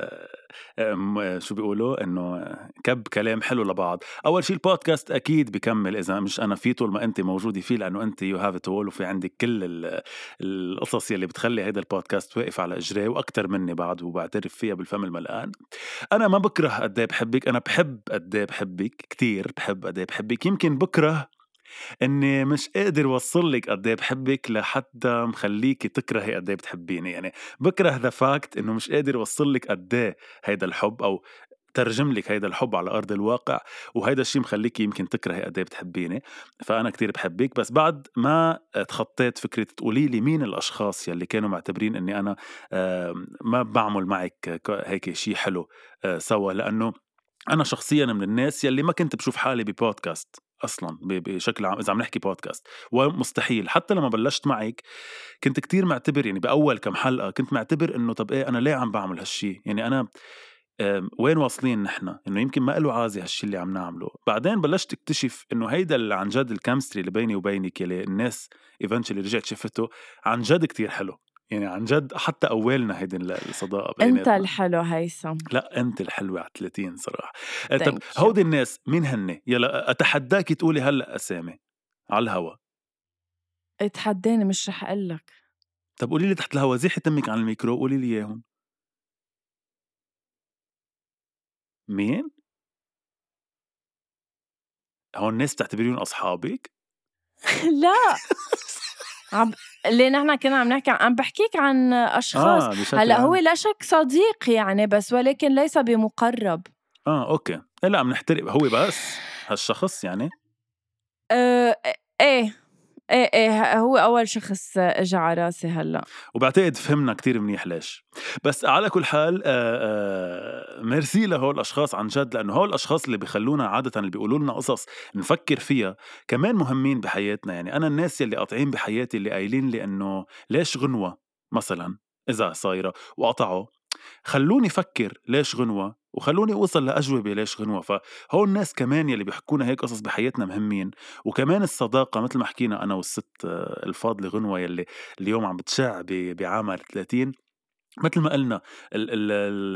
Speaker 2: شو بيقولوا إنه كب كلام حلو لبعض. أول شيء البودكاست أكيد بكمل إذا مش أنا فيه طول ما أنت موجودة فيه، لأنه أنت you have it all، وفي عندك كل القصص يلي بتخلي هيدا البودكاست واقف على إجريه وأكتر مني بعد، وبعترف فيها بالفم الملقان. أنا ما بكره قدي بحبك، أنا بحب قدي بحبك كتير، بحب قدي بحبك. يمكن بكره إني مش قادر وصل لك قدي بحبك لحتى مخليكي تكرهي قدي بتحبيني. يعني بكره ذا فاكت إنه مش قادر وصل لك قدي هيدا الحب، أو ترجم لك هيدا الحب على أرض الواقع، وهيدا الشيء مخليكي يمكن تكرهي قدي بتحبيني. فأنا كتير بحبك، بس بعد ما تخطيت فكرة تقولي لي مين الأشخاص يلي كانوا معتبرين إني أنا ما بعمل معك هيك شيء حلو سوا، لأنه أنا شخصياً من الناس يلي ما كنت بشوف حالي ببودكاست أصلاً بشكل عام، إذا عم نحكي بودكاست، ومستحيل. حتى لما بلشت معك كنت كتير معتبر، يعني بأول كم حلقة كنت معتبر إنه طب إيه أنا ليه عم بعمل هالشي؟ يعني أنا وين واصلين نحن؟ إنه يمكن ما له عازي هالشي اللي عم نعمله. بعدين بلشت اكتشف إنه هيدا اللي عن جد الكيمستري اللي بيني وبينك يلي الناس eventually رجعت شفته عن جد كتير حلو. يعني عن جد حتى أولنا هيدي الصداقة بيناتنا.
Speaker 1: أنت الحلو هيثم.
Speaker 2: لا أنت الحلوة على ثلاثين صراحة. طب هودي الناس مين هن؟ يلا أتحداكي تقولي هلأ أسامي على الهوا.
Speaker 1: اتحداني مش رح أقلك.
Speaker 2: طب قولي لي تحت الهوا، زيحي تمك عن الميكرو قولي لي إياهم. مين؟ هون الناس تعتبريون أصحابك؟
Speaker 1: لا عم اللي نحن كنا عم نحكي عم بحكيك عن أشخاص.
Speaker 2: آه
Speaker 1: هلأ هو لا شك صديق يعني، بس ولكن ليس بمقرب.
Speaker 2: آه أوكي. لا عم نحترم هو بس هالشخص يعني؟
Speaker 1: أه ايه ايه ايه هو اول شخص اجى على راسي هلا،
Speaker 2: وبعتقد فهمنا كتير منيح ليش. بس على كل حال آآ آآ ميرسي لهول الأشخاص عن جد، لأنه هول الأشخاص اللي بيخلونا عادةً اللي بيقولوا لنا قصص نفكر فيها كمان مهمين بحياتنا. يعني أنا الناس يلي قاطعين بحياتي اللي قايلين لي إنه ليش غنوة مثلًا إذا صايرة وقطعوا، خلوني فكر ليش غنوة وخلوني أوصل لأجوبة ليش غنوة. فهول الناس كمان يلي بيحكونا هيك قصص بحياتنا مهمين. وكمان الصداقة مثل ما حكينا أنا والست آه، الفاضلة غنوة يلي اليوم عم بتشع ب- بعامر ثلاثين. مثل ما قلنا ال ال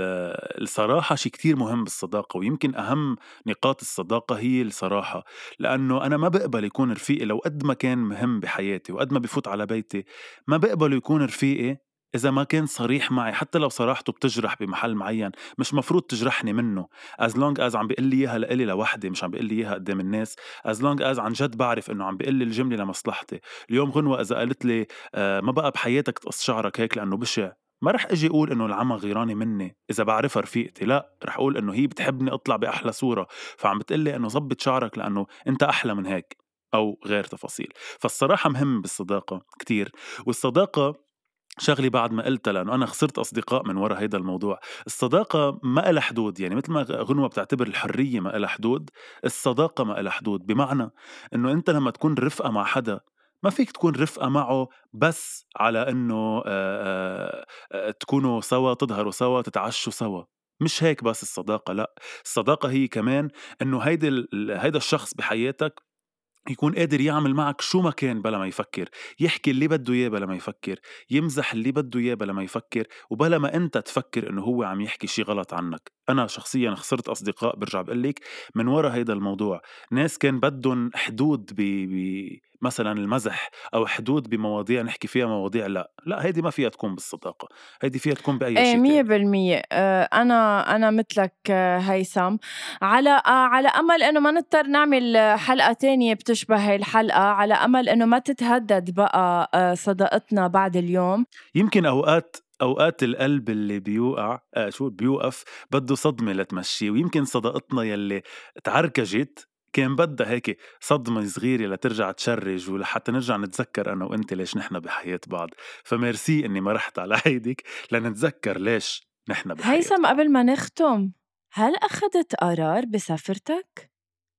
Speaker 2: ال الصراحة شيء كتير مهم بالصداقة، ويمكن أهم نقاط الصداقة هي الصراحة. لأنه أنا ما بقبل يكون رفيقي لو قد ما كان مهم بحياتي وقد ما بفوت على بيتي، ما بقبل يكون رفيقي إذا ما كان صريح معي. حتى لو صراحته بتجرح بمحل معين مش مفروض تجرحني منه، as long as عم بيقول لي إياها لإلي لوحدي، مش عم بيقول لي إياها قدام الناس. as long as عن جد بعرف إنه عم بيقول لي الجملة لمصلحتي. اليوم غنوة إذا قالت لي آه ما بقى بحياتك تقص شعرك هيك لأنه بشع، ما رح اجي اقول انه العمى غيراني مني اذا بعرفها رفيقتي، لا رح اقول انه هي بتحبني اطلع باحلى صورة فعم بتقلي انه زبط شعرك لانه انت احلى من هيك او غير تفاصيل. فالصراحة مهم بالصداقة كتير. والصداقة شغلي بعد ما قلتها لأنه أنا خسرت أصدقاء من وراء هيدا الموضوع. الصداقة ما إلها حدود، يعني مثل ما غنوة بتعتبر الحرية ما إلها حدود، الصداقة ما إلها حدود. بمعنى أنه أنت لما تكون رفقة مع حدا ما فيك تكون رفقة معه بس على أنه آآ آآ تكونوا سوا، تظهروا سوا، تتعشوا سوا. مش هيك بس الصداقة، لأ. الصداقة هي كمان أنه هيدا ال هيدا الشخص بحياتك يكون قادر يعمل معك شو ما كان بلا ما يفكر، يحكي اللي بده إياه بلا ما يفكر، يمزح اللي بده إياه بلا ما يفكر، وبلا ما أنت تفكر إنه هو عم يحكي شي غلط عنك. أنا شخصيا خسرت أصدقاء برجع بقلك من ورا هيدا الموضوع. ناس كان بدهم حدود ب... ب... مثلا المزح أو حدود بمواضيع نحكي فيها مواضيع لا لا هيدي ما فيها تكون بالصداقة، هيدي فيها تكون بأي
Speaker 1: ايه
Speaker 2: شيء
Speaker 1: مية
Speaker 2: تاني.
Speaker 1: بالمية. آه، أنا أنا مثلك آه، هيثم، على آه، على أمل إنه ما نضطر نعمل آه، حلقة تانية بتشبه هاي الحلقة، على أمل إنه ما تتهدد بقى آه، صداقتنا بعد اليوم.
Speaker 2: يمكن أوقات أوقات القلب اللي بيوقع آه شو بيوقف بده صدمة لتمشيه، ويمكن صداقتنا يلي تعركجت كان بدها هيك صدمة صغيرة لترجع تشرج ولحتى نرجع نتذكر أنا وإنت ليش نحن بحياة بعض. فميرسي إني ما رحت على هيديك لنتذكر ليش نحن بحياة
Speaker 1: هيثم،
Speaker 2: بعض.
Speaker 1: قبل ما نختم، هل أخذت قرار بسفرتك؟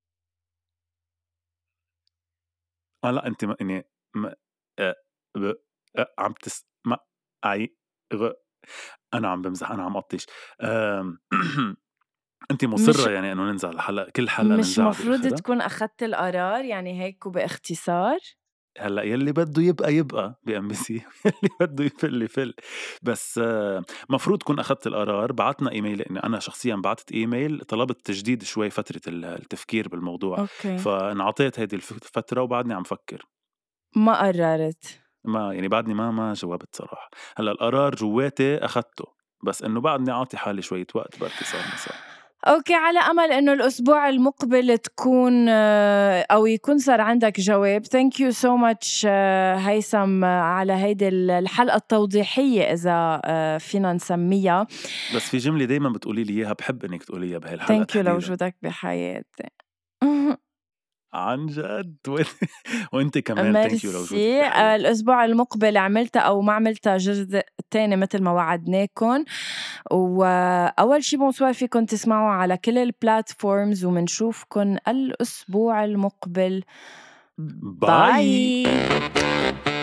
Speaker 2: آه لا أنت ما إني ما آه ب آه عم تسمع أي غ أنا عم بمزح، أنا عم أطيش. آم أنتِ
Speaker 1: مش
Speaker 2: مُصرّة يعني إنه ننزل الحلقة كل حلقة
Speaker 1: مش
Speaker 2: ننزعها
Speaker 1: مفروض
Speaker 2: بآخرها؟
Speaker 1: تكون أخدت القرار يعني هيك وباختصار؟
Speaker 2: هلأ يلّي بده يبقى يبقى بإم بي سي يلّي بده يفل يفل. بس مفروض كون أخدت القرار. بعتنا إيميل، لإني أنا شخصيًا بعتت إيميل طلبت تجديد شوي فترة ال التفكير بالموضوع،
Speaker 1: أوكي.
Speaker 2: فانعطيت هيدي الف فترة وبعدني عم فكّر.
Speaker 1: ما قررت.
Speaker 2: ما يعني بعدني ما ما جاوبت صراحة. هلأ القرار جوّاتي أخدته، بس إنه بعدني عاطي حالي شوية وقت بركي صار مساء.
Speaker 1: أوكي، على أمل إنه الأسبوع المقبل تكون آه، أو يكون صار عندك جواب. Thank you so much آه، هيثم آه، على هيدي الحلقة التوضيحية إذا آه، فينا نسميها.
Speaker 2: بس في جملة دايمًا بتقولي لي إياها باحب إنِّك تقوليها بهاي الحلقة
Speaker 1: Thank you
Speaker 2: تحديدًا.
Speaker 1: لوجودك بحياتي.
Speaker 2: عن جد وأنتِ وأنتِ كمان thank you لوجودِك
Speaker 1: ميرسي. آه،
Speaker 2: بحياتي.
Speaker 1: الأسبوع المقبل عملتها أو ما عملتها جزء تاني مثل ما وعدناكم. وأول شي بونسوار، فيكم تسمعوا على كل البلاتفورمز ومنشوفكم الأسبوع المقبل.
Speaker 2: باي.
Speaker 1: باي.